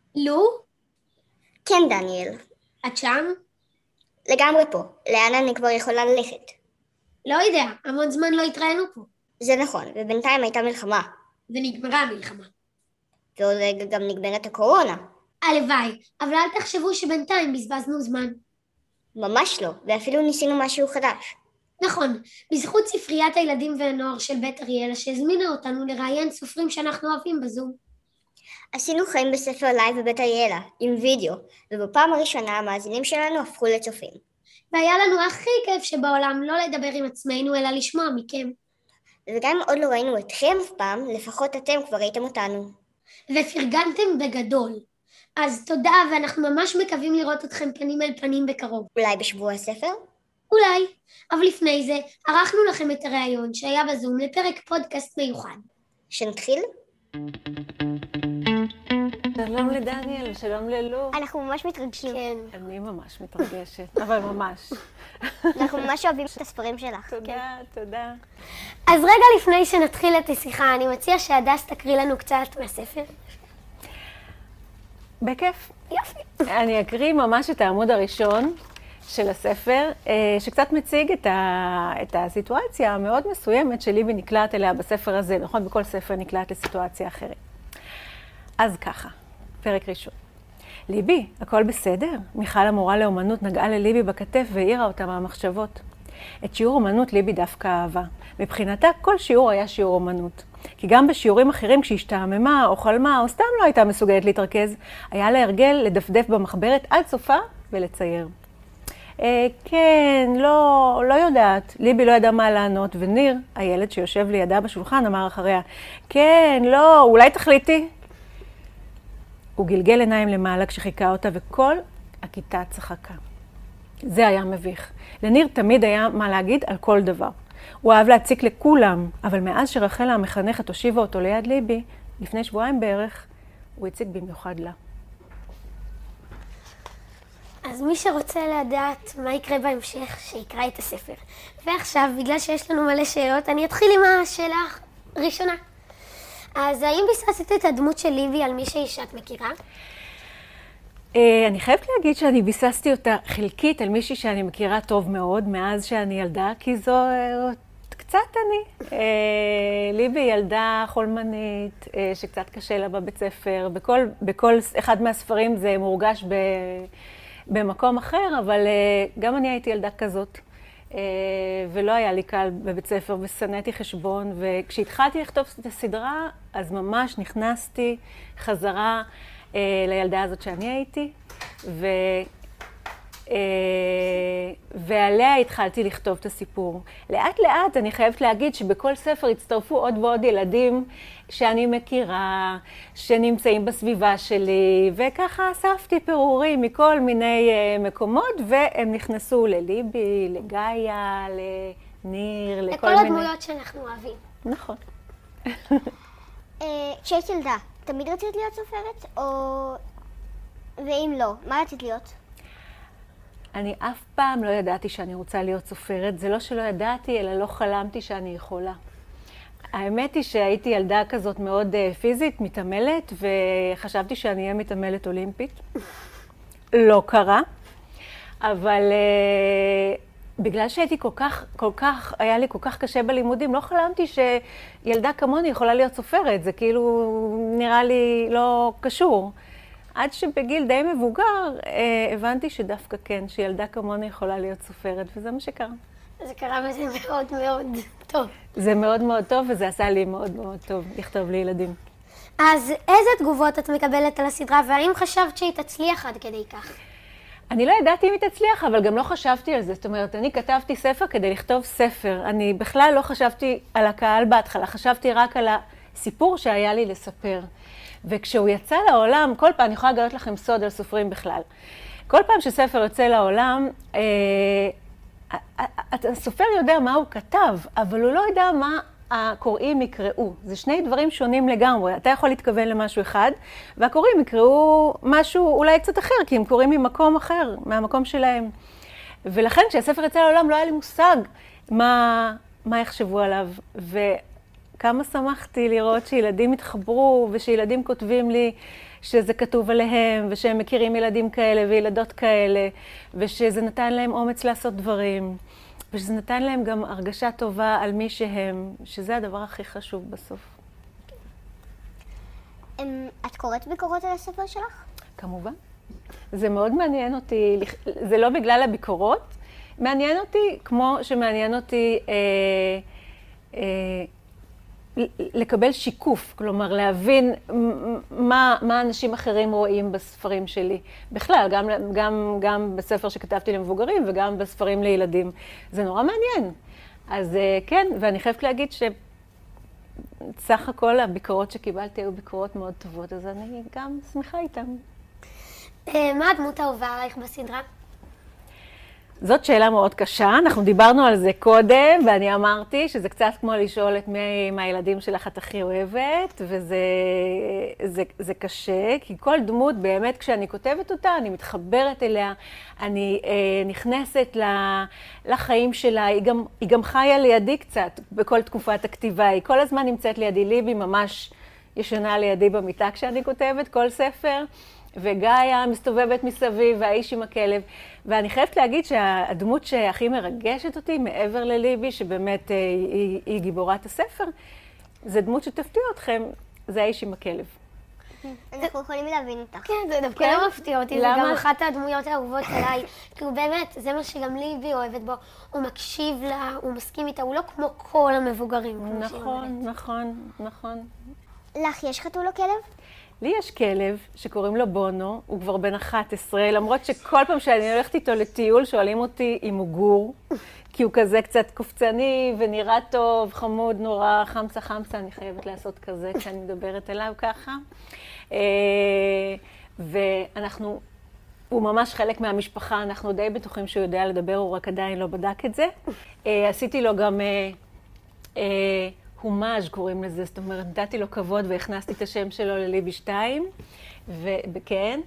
לו, כן, דניאל. את שם? לגמרי פה. לאן אני כבר יכולה ללכת? לא יודע, המון זמן לא התראינו פה. זה נכון, ובינתיים הייתה מלחמה. ונגמרה המלחמה. ועוד רגע גם נגמרת הקורונה. הלוואי, אבל אל תחשבו שבינתיים בזבזנו זמן. ממש לא, ואפילו ניסינו משהו חדש. נכון, בזכות ספריית הילדים והנוער של בית אריאלה שהזמינה אותנו לראיין סופרים שאנחנו אוהבים בזום. עשינו חיים בספר לייב בבית אריאלה, עם וידאו, ובפעם הראשונה המאזינים שלנו הפכו לצופים. והיה לנו הכי כיף שבעולם לא לדבר עם עצמנו אלא לשמוע מכם. וגם אם עוד לא ראינו אתכם אף פעם, לפחות אתם כבר ראיתם אותנו. ופרגנתם בגדול. אז תודה, ואנחנו ממש מקווים לראות אתכם פנים אל פנים בקרוב. אולי בשבוע הספר? אולי, אבל לפני זה ערכנו לכם את הראיון שהיה בזום לפרק פודקאסט מיוחד. שנתחיל? שלום לדניאל, שלום ללו. אנחנו ממש מתרגשים. כן. אני ממש מתרגשת, אבל ממש. אנחנו ממש אוהבים את הספרים שלך. תודה, תודה. אז רגע לפני שנתחיל את השיחה, אני מציע שהדס תקריא לנו קצת מהספר. בכיף. יופי. אני אקריא ממש את העמוד הראשון של הספר, שקצת מציג את הסיטואציה המאוד מסוימת שליבי נקלעת אליה בספר הזה. נכון, בכל ספר נקלעת לסיטואציה אחרת. אז ככה, פרק ראשון. ליבי, הכל בסדר? מיכל המורה לאומנות נגעה לליבי בכתף והעירה אותה מהמחשבות. את שיעור אומנות ליבי דווקא אהבה. מבחינתה כל שיעור היה שיעור אומנות. כי גם בשיעורים אחרים כשהשתעממה או חלמה או סתם לא הייתה מסוגלת להתרכז, היה לה הרגל לדפדף במחברת עד סופה ולצייר. כן, לא יודעת. ליבי לא ידעה מה לענות, וניר, הילד שיושב לידה בשולחן, אמר אחריה, כן, לא, אולי תחליטי. הוא גלגל עיניים למעלה כשחיכה אותה, וכל הכיתה צחקה. זה היה מביך. לניר תמיד היה מה להגיד על כל דבר. הוא אהב להציק לכולם, אבל מאז שרחלה המחנכת הושיבה אותו ליד ליבי, לפני שבועיים בערך, הוא הציק במיוחד לה. אז מי שרוצה לדעת מה יקרה בהמשך, שיקרא את הספר. ועכשיו, בגלל שיש לנו מלא שאלות, אני אתחיל עם השאלה הראשונה. אז האם ביססת את הדמות של ליבי על מישהי שאת מכירה? אני חייבת להגיד שאני ביססתי אותה חלקית על מישהי שאני מכירה טוב מאוד מאז שאני ילדה, כי זו קצת אני. ליבי ילדה חולמנית, שקצת קשה לה בבית ספר. בכל אחד מהספרים זה מורגש במקום אחר, אבל גם אני הייתי ילדה כזאת. ולא היה לי קל בבית ספר, ושנאתי חשבון, וכשהתחלתי לכתוב את הסדרה, אז ממש נכנסתי חזרה לילדה הזאת שאני הייתי, ועליה התחלתי לכתוב את הסיפור. לאט לאט אני חייבת להגיד שבכל ספר הצטרפו עוד ועוד ילדים שאני מכירה, שנמצאים בסביבה שלי, וככה אספתי פירורים מכל מיני מקומות, והם נכנסו לליבי, לגאיה, לניר, לכל מיני. לכל הדמויות שאנחנו אוהבים. נכון. כשהיית ילדה, תמיד רצית להיות סופרת? ואם לא, מה רצית להיות? אני אף פעם לא ידעתי שאני רוצה להיות סופרת. זה לא שלא ידעתי, אלא לא חלמתי שאני יכולה. האמת היא שהייתי ילדה כזאת מאוד פיזית, מתעמלת, וחשבתי שאני אהיה מתעמלת אולימפית. לא קרה. אבל בגלל שהייתי היה לי כל כך קשה בלימודים, לא חלמתי שילדה כמוני יכולה להיות סופרת. זה כאילו נראה לי לא קשור. עד שבגיל די מבוגר הבנתי שדווקא כן, שילדה כמוני יכולה להיות סופרת, וזה מה שקרה. זה קרה וזה מאוד מאוד טוב. זה מאוד מאוד טוב, וזה עשה לי מאוד מאוד טוב לכתוב לילדים. אז איזה תגובות את מקבלת על הסדרה, והאם חשבת שהיא תצליח עד כדי כך? אני לא ידעתי אם היא תצליח, אבל גם לא חשבתי על זה. זאת אומרת, אני כתבתי ספר כדי לכתוב ספר. אני בכלל לא חשבתי על הקהל בהתחלה, חשבתי רק על הסיפור שהיה לי לספר. וכשהוא יצא לעולם, כל פעם, אני יכולה לגלות לכם סוד על סופרים בכלל. כל פעם שספר יוצא לעולם, הסופר יודע מה הוא כתב, אבל הוא לא יודע מה הקוראים יקראו. זה שני דברים שונים לגמרי. אתה יכול להתכוון למשהו אחד, והקוראים יקראו משהו אולי קצת אחר, כי הם קוראים ממקום אחר, מהמקום שלהם. ולכן כשהספר יצא לעולם לא היה לי מושג מה יחשבו עליו. כמה שמחתי לראות שילדים התחברו, ושילדים כותבים לי שזה כתוב עליהם, ושהם מכירים ילדים כאלה וילדות כאלה, ושזה נתן להם אומץ לעשות דברים, ושזה נתן להם גם הרגשה טובה על מי שהם, שזה הדבר הכי חשוב בסוף. את קוראת ביקורות על הספר שלך? כמובן. זה מאוד מעניין אותי, זה לא בגלל הביקורות, מעניין אותי כמו שמעניין אותי לקבל שיקוף, כלומר להבין מה אנשים אחרים רואים בספרים שלי. בכלל, גם בספר שכתבתי למבוגרים וגם בספרים לילדים. זה נורא מעניין. אז כן, ואני חייבת להגיד שסך הכל הביקורות שקיבלתי היו ביקורות מאוד טובות, אז אני גם שמחה איתן. מה הדמות האהובה עלייך בסדרה? זאת שאלה מאוד קשה, אנחנו דיברנו על זה קודם, ואני אמרתי שזה קצת כמו לשאול את מי מהילדים שלך את הכי אוהבת, וזה קשה, כי כל דמות באמת כשאני כותבת אותה, אני מתחברת אליה, אני נכנסת לחיים שלה, היא גם חיה לידי קצת בכל תקופת הכתיבה, היא כל הזמן נמצאת לידי, ליבי ממש ישנה לידי במיטה כשאני כותבת כל ספר, וגאיה מסתובבת מסביב, והאיש עם הכלב. ואני חייבת להגיד שהדמות שהכי מרגשת אותי, מעבר לליבי, שבאמת היא גיבורת הספר, זה דמות שתפתיע אתכם, זה האיש עם הכלב. אנחנו יכולים להבין אותך. כן, זה דווקא לא מפתיע אותי, זה גם אחת הדמויות האהובות עליי. כאילו באמת, זה מה שגם ליבי אוהבת בו. הוא מקשיב לה, הוא מסכים איתה, הוא לא כמו כל המבוגרים. נכון. לך יש חתול או כלב? לי יש כלב שקוראים לו בונו, הוא כבר בן 11, למרות שכל פעם שאני הולכת איתו לטיול שואלים אותי אם הוא גור, כי הוא כזה קצת קופצני ונראה טוב, חמוד, נורא, חמסה, אני חייבת לעשות כזה כשאני מדברת אליו ככה. הוא ממש חלק מהמשפחה, אנחנו די בטוחים שהוא יודע לדבר, הוא רק עדיין לא בדק את זה. עשיתי לו גם הומאז' קוראים לזה, זאת אומרת, נתתי לו כבוד והכנסתי את השם שלו לליבי 2, וכן,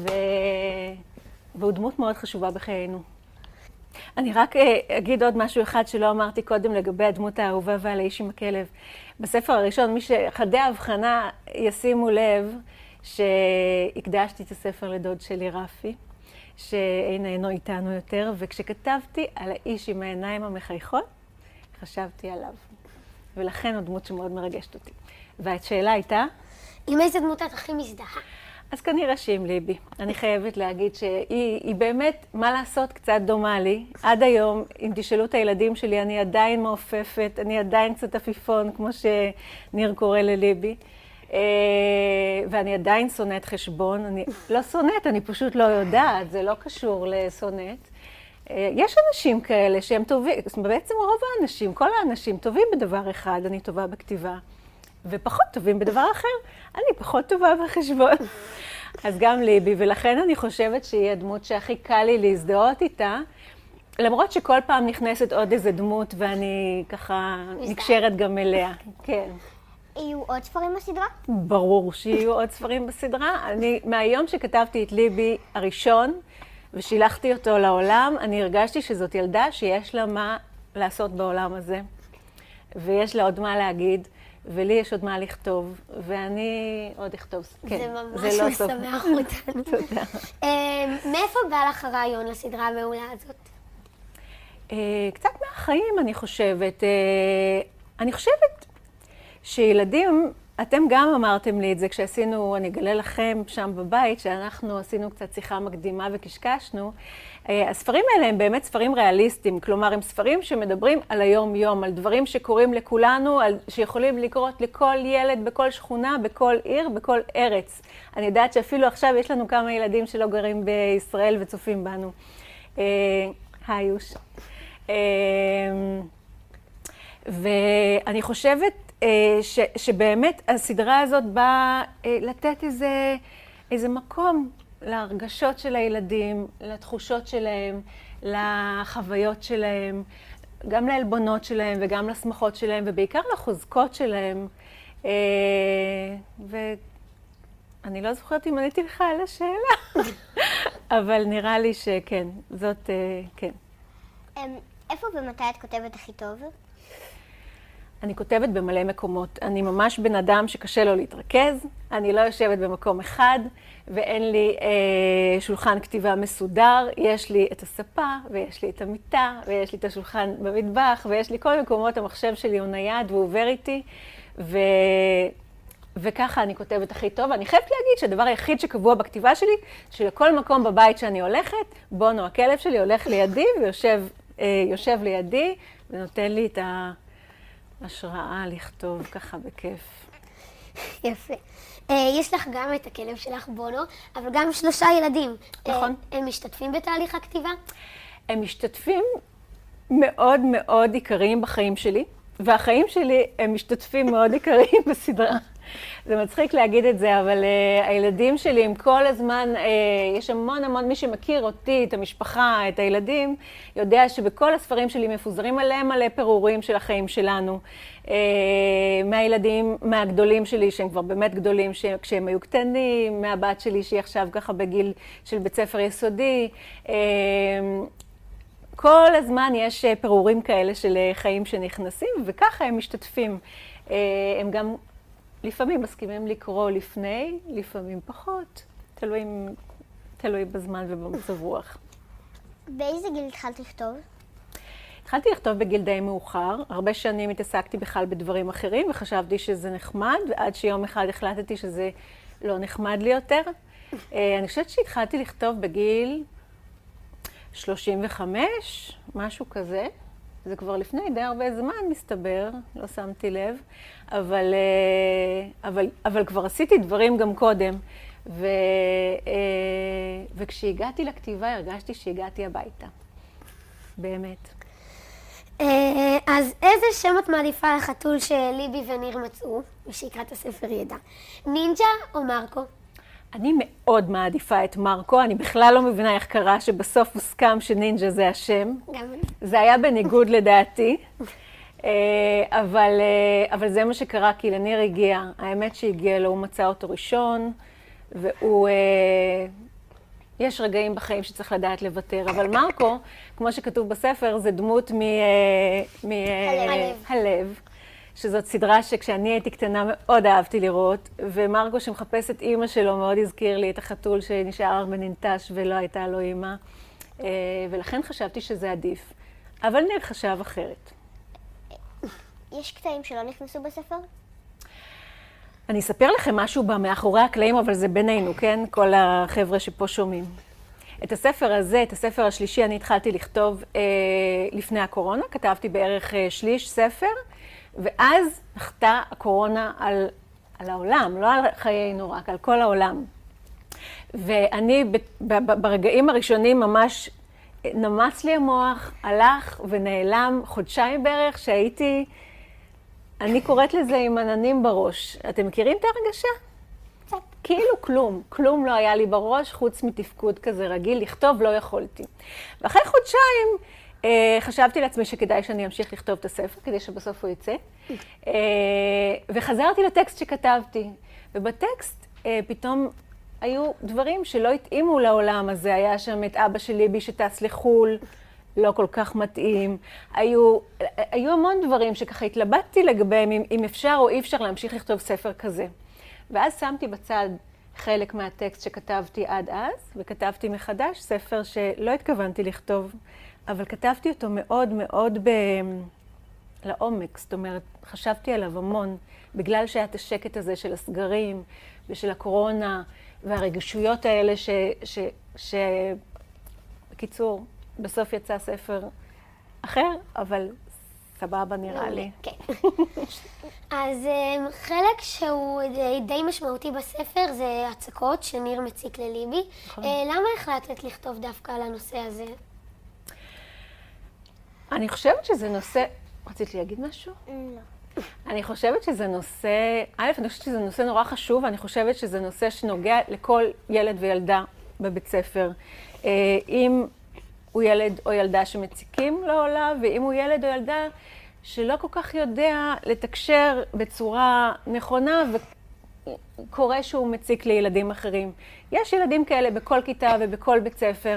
והוא דמות מאוד חשובה בחיינו. אני רק אגיד עוד משהו אחד שלא אמרתי קודם לגבי הדמות האהובה ועל האיש עם הכלב. בספר הראשון, מי שחדי ההבחנה ישימו לב שהקדשתי את הספר לדוד שלי רפי, שאינו איתנו יותר, וכשכתבתי על האיש עם העיניים המחייכות, חשבתי עליו. ולכן הוא דמות שמאוד מרגשת אותי. והשאלה הייתה? עם איזה דמות את הכי מזדהה? אז כנראה שעם ליבי. אני חייבת להגיד שהיא באמת, מה לעשות, קצת דומה לי. עד היום, אם תשאלו את הילדים שלי, אני עדיין מעופפת, אני עדיין קצת עפיפון, כמו שניר קורא לליבי. ואני עדיין שונאת חשבון. אני לא שונאת, אני פשוט לא יודעת, זה לא קשור לשונאת. יש אנשים כאלה שהם טובים, בעצם רוב האנשים, כל האנשים טובים בדבר אחד, אני טובה בכתיבה, ופחות טובים בדבר אחר, אני פחות טובה בחשבון. אז גם ליבי, ולכן אני חושבת שהיא הדמות שהכי קל לי להזדהות איתה, למרות שכל פעם נכנסת עוד איזה דמות ואני ככה נקשרת גם אליה. כן. יהיו עוד ספרים בסדרה? ברור שיהיו עוד ספרים בסדרה. מהיום שכתבתי את ליבי הראשון, ושילחתי אותו לעולם, אני הרגשתי שזאת ילדה שיש לה מה לעשות בעולם הזה. ויש לה עוד מה להגיד, ולי יש עוד מה לכתוב, ואני עוד אכתוב. כן, זה ממש לא משמח אותנו. תודה. מאיפה בא לך הרעיון לסדרה המעולה הזאת? קצת מהחיים, אני חושבת. אני חושבת שילדים, אתם גם אמרתם לי את זה כשעשינו, אני אגלה לכם שם בבית, שאנחנו עשינו קצת שיחה מקדימה וקשקשנו. הספרים האלה הם באמת ספרים ריאליסטיים, כלומר הם ספרים שמדברים על היום-יום, על דברים שקורים לכולנו, שיכולים לקרות לכל ילד, בכל שכונה, בכל עיר, בכל ארץ. אני יודעת שאפילו עכשיו יש לנו כמה ילדים שלא גרים בישראל וצופים בנו. היוש. ואני חושבת שבאמת הסדרה הזאת באה לתת איזה מקום להרגשות של הילדים, לתחושות שלהם, לחוויות שלהם, גם לעלבונות שלהם וגם לשמחות שלהם, ובעיקר לחוזקות שלהם. ואני לא זוכרת אם עניתי לך על השאלה, אבל נראה לי שכן, זאת, כן. איפה ומתי את כותבת הכי טוב? אני כותבת במלא מקומות. אני ממש בן אדם שקשה לו להתרכז, אני לא יושבת במקום אחד, ואין לי שולחן כתיבה מסודר. יש לי את הספה, ויש לי את המיטה, ויש לי את השולחן במטבח, ויש לי כל מקומות, המחשב שלי הוא נייד והוא עובר איתי, וככה אני כותבת הכי טוב. אני חייבת להגיד שהדבר היחיד שקבוע בכתיבה שלי, שלכל מקום בבית שאני הולכת, בונו, הכלב שלי הולך לידי ויושב לידי, ונותן לי את ההשראה לכתוב ככה בכיף. יפה. יש לך גם את הכלב שלך, בונו, אבל גם 3 ילדים. נכון. הם משתתפים בתהליך הכתיבה? הם משתתפים מאוד מאוד עיקריים בחיים שלי, והחיים שלי הם משתתפים מאוד עיקריים בסדרה. זה מצחיק להגיד את זה, אבל הילדים שלי הם כל הזמן, יש המון מי שמכיר אותי, את המשפחה, את הילדים, יודע שבכל הספרים שלי מפוזרים עליהם מלא פירורים של החיים שלנו. מהילדים, מהגדולים שלי, שהם כבר באמת גדולים, כשהם היו קטנים, מהבת שלי שהיא עכשיו ככה בגיל של בית ספר יסודי. כל הזמן יש פירורים כאלה של חיים שנכנסים, וככה הם משתתפים. הם גם לפעמים מסכימים לקרוא לפני, לפעמים פחות, תלוי בזמן ובמצב רוח. באיזה גיל התחלת לכתוב? התחלתי לכתוב בגיל די מאוחר. הרבה שנים התעסקתי בכלל בדברים אחרים, וחשבתי שזה נחמד, ועד שיום אחד החלטתי שזה לא נחמד לי יותר. אני חושבת שהתחלתי לכתוב בגיל 35, משהו כזה. זה כבר לפני די הרבה זמן מסתבר, לא שמתי לב, אבל כבר עשיתי דברים גם קודם. וכשהגעתי לכתיבה הרגשתי שהגעתי הביתה. באמת. אז איזה שם את מעדיפה לחתול שליבי וניר מצאו, ושיקרא את הספר ידע? נינג'ה או מרקו? אני מאוד מעדיפה את מרקו, אני בכלל לא מבינה איך קרה שבסוף הוסכם שנינג'ה זה השם. גם אני. זה היה בניגוד לדעתי, אבל זה מה שקרה, כי לניר הגיע, האמת שהגיע לו, הוא מצא אותו ראשון, והוא, יש רגעים בחיים שצריך לדעת לוותר, אבל מרקו, כמו שכתוב בספר, זה דמות הלב. שזאת סדרה שכשאני הייתי קטנה מאוד אהבתי לראות, ומרקו שמחפש את אימא שלו מאוד הזכיר לי את החתול שנשאר בננטש ולא הייתה לו אימא, ולכן חשבתי שזה עדיף. אבל ניר חשב אחרת. יש קטעים שלא נכנסו בספר? אני אספר לכם משהו מאחורי הקלעים, אבל זה בינינו, כן? כל החבר'ה שפה שומעים. את הספר הזה, את הספר השלישי, אני התחלתי לכתוב לפני הקורונה, כתבתי בערך שליש ספר, ואז נחתה הקורונה על העולם, לא על חיינו רק, על כל העולם. ואני ברגעים הראשונים ממש נמס לי המוח, הלך ונעלם חודשיים בערך שהייתי, אני קוראת לזה עם עננים בראש. אתם מכירים את הרגשה? קצת. כאילו כלום לא היה לי בראש, חוץ מתפקוד כזה רגיל, לכתוב לא יכולתי. ואחרי חודשיים, חשבתי לעצמי שכדאי שאני אמשיך לכתוב את הספר, כדי שבסוף הוא יצא. וחזרתי לטקסט שכתבתי. ובטקסט פתאום היו דברים שלא התאימו לעולם הזה. היה שם את אבא של ליבי שטס לחול, לא כל כך מתאים. היו המון דברים שככה התלבטתי לגביהם, אם אפשר או אי אפשר להמשיך לכתוב ספר כזה. ואז שמתי בצד חלק מהטקסט שכתבתי עד אז, וכתבתי מחדש ספר שלא התכוונתי לכתוב, אבל כתבתי אותו מאוד מאוד לעומק, זאת אומרת, חשבתי עליו המון, בגלל שהיה את השקט הזה של הסגרים ושל הקורונה, והרגישויות האלה בקיצור, בסוף יצא ספר אחר, אבל סבבה נראה לי. כן. אז חלק שהוא די משמעותי בספר זה הצקות שניר מציק לליבי. למה החלטת לכתוב דווקא על הנושא הזה? אני חושבת שזה נושא... רצית להגיד משהו? לא. אני חושבת שזה נושא... אני חושבת שזה נושא נורא חשוב, ואני חושבת שזה נושא שנוגע לכל ילד וילדה בבית ספר. אם הוא ילד או ילדה שמציקים לעולם, ואם הוא ילד או ילדה שלא כל כך יודע לתקשר בצורה נכונה, וקורה שהוא מציק לילדים אחרים. יש ילדים כאלה בכל כיתה ובכל בית ספר,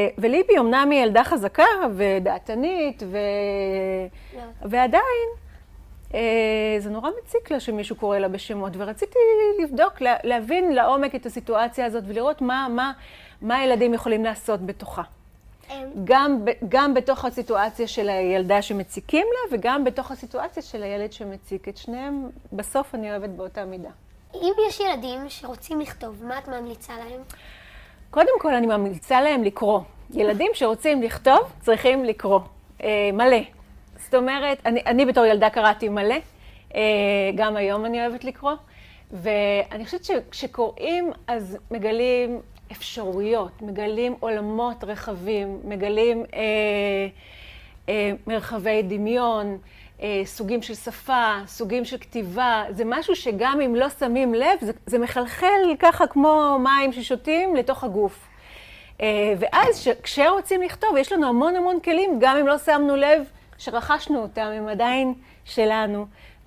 וליבי אומנם היא ילדה חזקה ודעתנית, ועדיין זה נורא מציק לה שמישהו קורא לה בשמות, ורציתי לבדוק, להבין לעומק את הסיטואציה הזאת ולראות מה הילדים יכולים לעשות בתוכה. גם בתוך הסיטואציה של הילדה שמציקים לה, וגם בתוך הסיטואציה של הילד שמציק. את שניהם בסוף אני אוהבת באותה מידה. אם יש ילדים שרוצים לכתוב, מה את ממליצה להם? קודם כל אני ממליצה להם לקרוא. ילדים שרוצים לכתוב צריכים לקרוא. מלא. זאת אומרת, אני בתור ילדה קראתי מלא, גם היום אני אוהבת לקרוא, ואני חושבת שכשקוראים אז מגלים אפשרויות, מגלים עולמות רחבים, מגלים מרחבי דמיון, סוגים של שפה, סוגים של כתיבה. זה משהו שגם אם לא שמים לב, זה מחלחל ככה כמו מים ששותים לתוך הגוף. ואז כשרוצים לכתוב, יש לנו המון כלים, גם אם לא שמנו לב שרכשנו אותם, הם עדיין שלנו.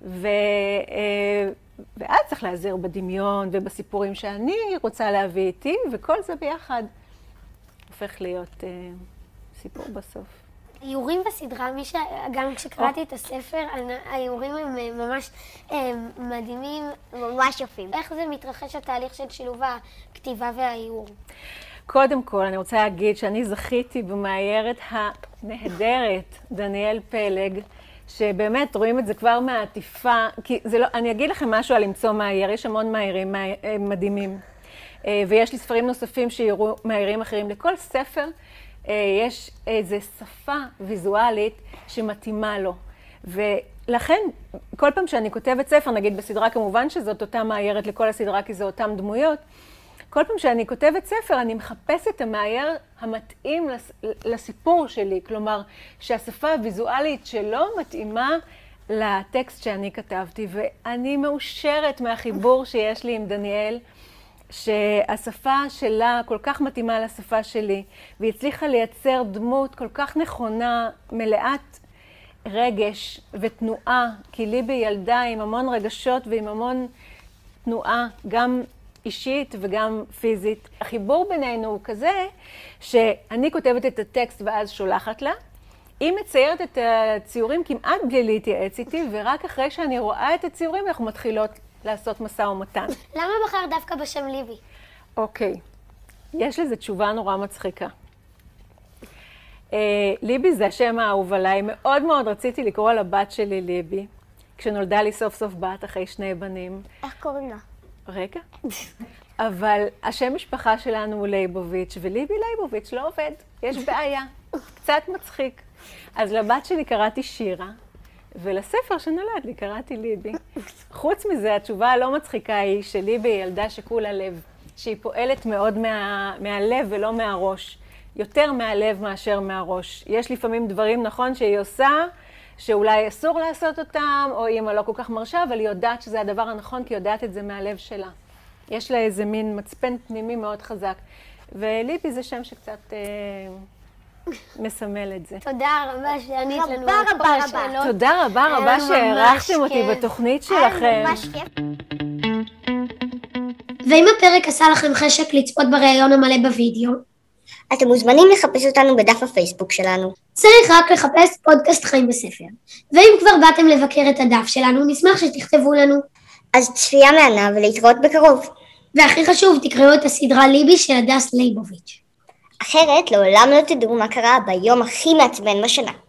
ואז צריך להיעזר בדמיון ובסיפורים שאני רוצה להביא איתי, וכל זה ביחד הופך להיות סיפור בסוף. האיורים בסדרה, גם כשקראתי את הספר, האיורים הם ממש מדהימים, ממש יפים. איך זה מתרחש התהליך של שילוב הכתיבה והאיור? קודם כל, אני רוצה להגיד שאני זכיתי במאיירת הנהדרת, דניאל פלג, שבאמת רואים את זה כבר מהעטיפה, כי זה לא, אני אגיד לכם משהו על למצוא מאייר, יש המון מאיירים מדהימים, ויש לי ספרים נוספים שיראו מאיירים אחרים. לכל ספר יש איזו שפה ויזואלית שמתאימה לו, ולכן כל פעם שאני כותבת ספר, נגיד בסדרה כמובן שזאת אותה מאיירת לכל הסדרה כי זה אותם דמויות, כל פעם שאני כותבת ספר, אני מחפשת את המאייר המתאים לסיפור שלי. כלומר, שהשפה הוויזואלית שלו מתאימה לטקסט שאני כתבתי. ואני מאושרת מהחיבור שיש לי עם דניאל, שהשפה שלה כל כך מתאימה לשפה שלי, והיא הצליחה לייצר דמות כל כך נכונה, מלאת רגש ותנועה, כי ליבי ילדה עם המון רגשות ועם המון תנועה, גם אישית וגם פיזית. החיבור בינינו הוא כזה שאני כותבת את הטקסט ואז שולחת לה. היא מציירת את הציורים כמעט בלי להתייעץ איתי, ורק אחרי שאני רואה את הציורים אנחנו מתחילות לעשות משא ומתן. למה בחר דווקא בשם ליבי? אוקיי, יש לזה תשובה נורא מצחיקה. ליבי זה השם האהוב עליי. מאוד רציתי לקרוא לבת שלי ליבי, כשנולדה לי סוף סוף בת אחרי 2 בנים. איך קוראים לה? רגע. אבל השם משפחה שלנו הוא לייבוביץ', וליבי לייבוביץ' לא עובד. יש בעיה. קצת מצחיק. אז לבת שלי קראתי שירה, ולספר שנולד לי קראתי ליבי. חוץ מזה, התשובה הלא מצחיקה היא שליבי היא ילדה שכולה לב, שהיא פועלת מאוד מהלב ולא מהראש. יותר מהלב מאשר מהראש. יש לפעמים דברים, נכון, שהיא עושה, שאולי אסור לעשות אותם, או אמא לא כל כך מרשה, אבל היא יודעת שזה הדבר הנכון, כי היא יודעת את זה מהלב שלה. יש לה איזה מין מצפן פנימי מאוד חזק. וליבי זה שם שקצת מסמל את זה. תודה רבה שענית לנו רבה, על כל רבה. השאלות. תודה רבה שהערכתם אותי בתוכנית שלכם. ממש כיף. ואם הפרק עשה לכם חשק לצפות בראיון המלא בווידאו, אתם מוזמנים לחפש אותנו בדף הפייסבוק שלנו. צריך רק לחפש פודקאסט חיים בספר. ואם כבר באתם לבקר את הדף שלנו, נשמח שתכתבו לנו. אז צפייה מהנה ולהתראות בקרוב. והכי חשוב, תקראו את הסדרה ליבי של הדס לייבוביץ'. אחרת לעולם לא תדעו מה קרה ביום הכי מעצבן בשנה.